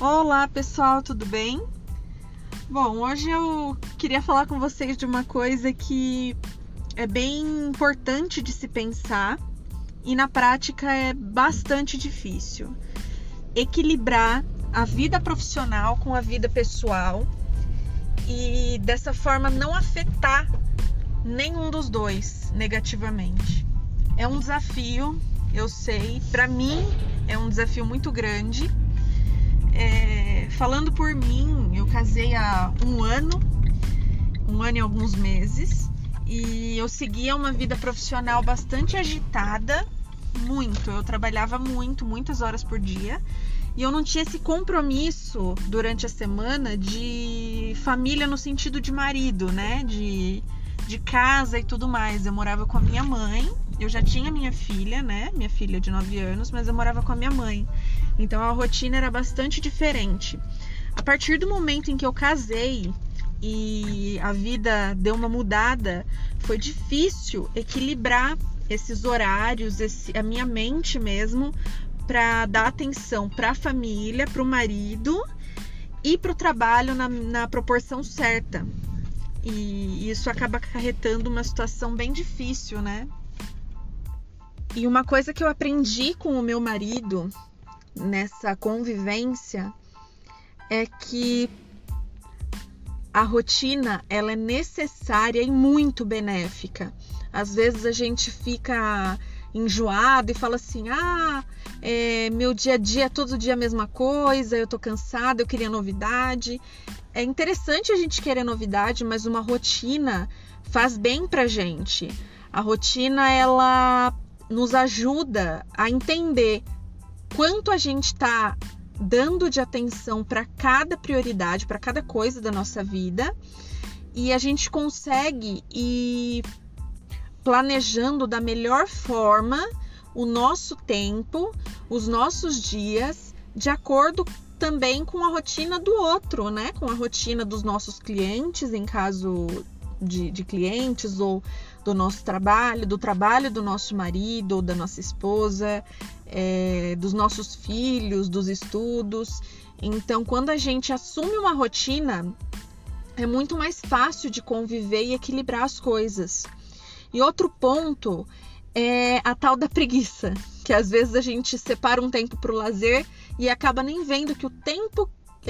Olá pessoal, tudo bem? Bom, hoje eu queria falar com vocês de uma coisa que é bem importante de se pensar e na prática é bastante difícil. Equilibrar a vida profissional com a vida pessoal e dessa forma não afetar nenhum dos dois negativamente. É um desafio, eu sei, para mim é um desafio muito grande. Falando por mim, eu casei há um ano e alguns meses, e eu seguia uma vida profissional bastante agitada, eu trabalhava muitas horas por dia, e eu não tinha esse compromisso durante a semana de família no sentido de marido, né, de casa e tudo mais. Eu morava com a minha mãe, eu já tinha minha filha, né, minha filha de 9 anos, mas eu morava com a minha mãe. Então a rotina era bastante diferente. A partir do momento em que eu casei e a vida deu uma mudada, foi difícil equilibrar esses horários, a minha mente mesmo, para dar atenção para a família, para o marido e para o trabalho na proporção certa. E isso acaba acarretando uma situação bem difícil, né? E uma coisa que eu aprendi com o meu marido nessa convivência é que a rotina ela é necessária e muito benéfica. Às vezes a gente fica enjoado e fala assim, meu dia a dia é todo dia a mesma coisa, eu tô cansada, eu queria novidade. É interessante a gente querer novidade, mas uma rotina faz bem pra gente. A rotina ela nos ajuda a entender quanto a gente está dando de atenção para cada prioridade, para cada coisa da nossa vida, e a gente consegue ir planejando da melhor forma o nosso tempo, os nossos dias, de acordo também com a rotina do outro, né? Com a rotina dos nossos clientes, em caso de clientes, ou do nosso trabalho, do trabalho do nosso marido ou da nossa esposa, dos nossos filhos, dos estudos. Então, quando a gente assume uma rotina, é muito mais fácil de conviver e equilibrar as coisas. E outro ponto é a tal da preguiça, que às vezes a gente separa um tempo para o lazer e acaba nem vendo que o tempo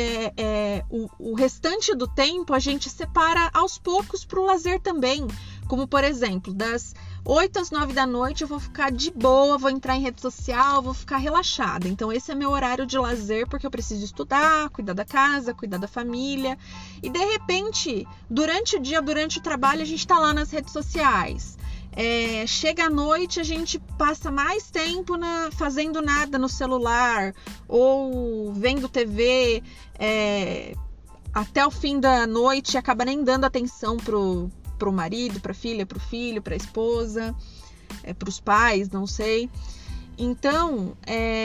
o restante do tempo a gente separa aos poucos para o lazer também. Como, por exemplo, das 8 às 9 da noite eu vou ficar de boa, vou entrar em rede social, vou ficar relaxada. Então esse é meu horário de lazer, porque eu preciso estudar, cuidar da casa, cuidar da família. E de repente, durante o dia, durante o trabalho, a gente está lá nas redes sociais. Chega à noite, a gente passa mais tempo fazendo nada no celular ou vendo TV até o fim da noite, acaba nem dando atenção pro marido, pra filha, pro filho, pra esposa, pros pais, não sei. Então,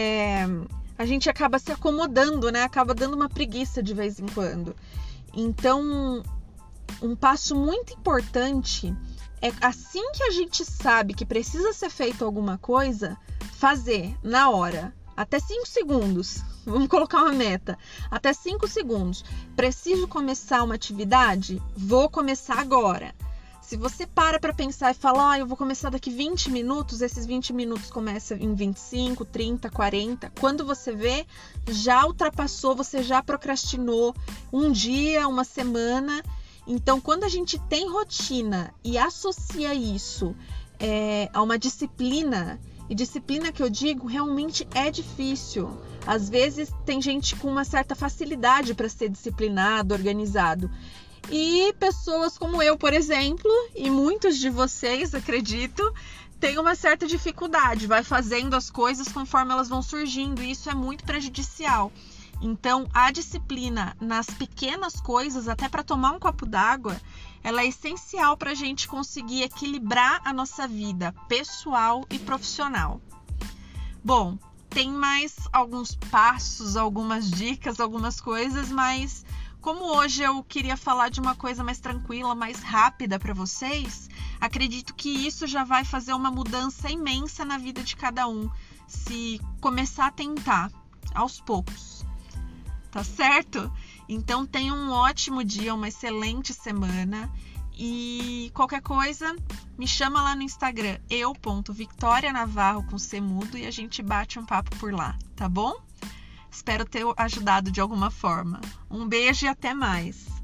a gente acaba se acomodando, né? Acaba dando uma preguiça de vez em quando. Então, um passo muito importante é, assim que a gente sabe que precisa ser feito alguma coisa, fazer na hora, até 5 segundos. Vamos colocar uma meta, até 5 segundos. Preciso começar uma atividade? Vou começar agora. Se você para pensar e fala, eu vou começar daqui 20 minutos, esses 20 minutos começam em 25, 30, 40. Quando você vê, já ultrapassou, você já procrastinou um dia, uma semana. Então, quando a gente tem rotina e associa isso a uma disciplina, e disciplina que eu digo realmente é difícil. Às vezes tem gente com uma certa facilidade para ser disciplinado, organizado. E pessoas como eu, por exemplo, e muitos de vocês, acredito, têm uma certa dificuldade, vai fazendo as coisas conforme elas vão surgindo, e isso é muito prejudicial. Então, a disciplina nas pequenas coisas, até para tomar um copo d'água, ela é essencial para a gente conseguir equilibrar a nossa vida pessoal e profissional. Bom, tem mais alguns passos, algumas dicas, algumas coisas, mas como hoje eu queria falar de uma coisa mais tranquila, mais rápida para vocês, acredito que isso já vai fazer uma mudança imensa na vida de cada um, se começar a tentar aos poucos. tá certo? Então tenha um ótimo dia, uma excelente semana e qualquer coisa me chama lá no Instagram, eu.victorianavarro com C mudo, e a gente bate um papo por lá, tá bom? Espero ter ajudado de alguma forma. Um beijo e até mais!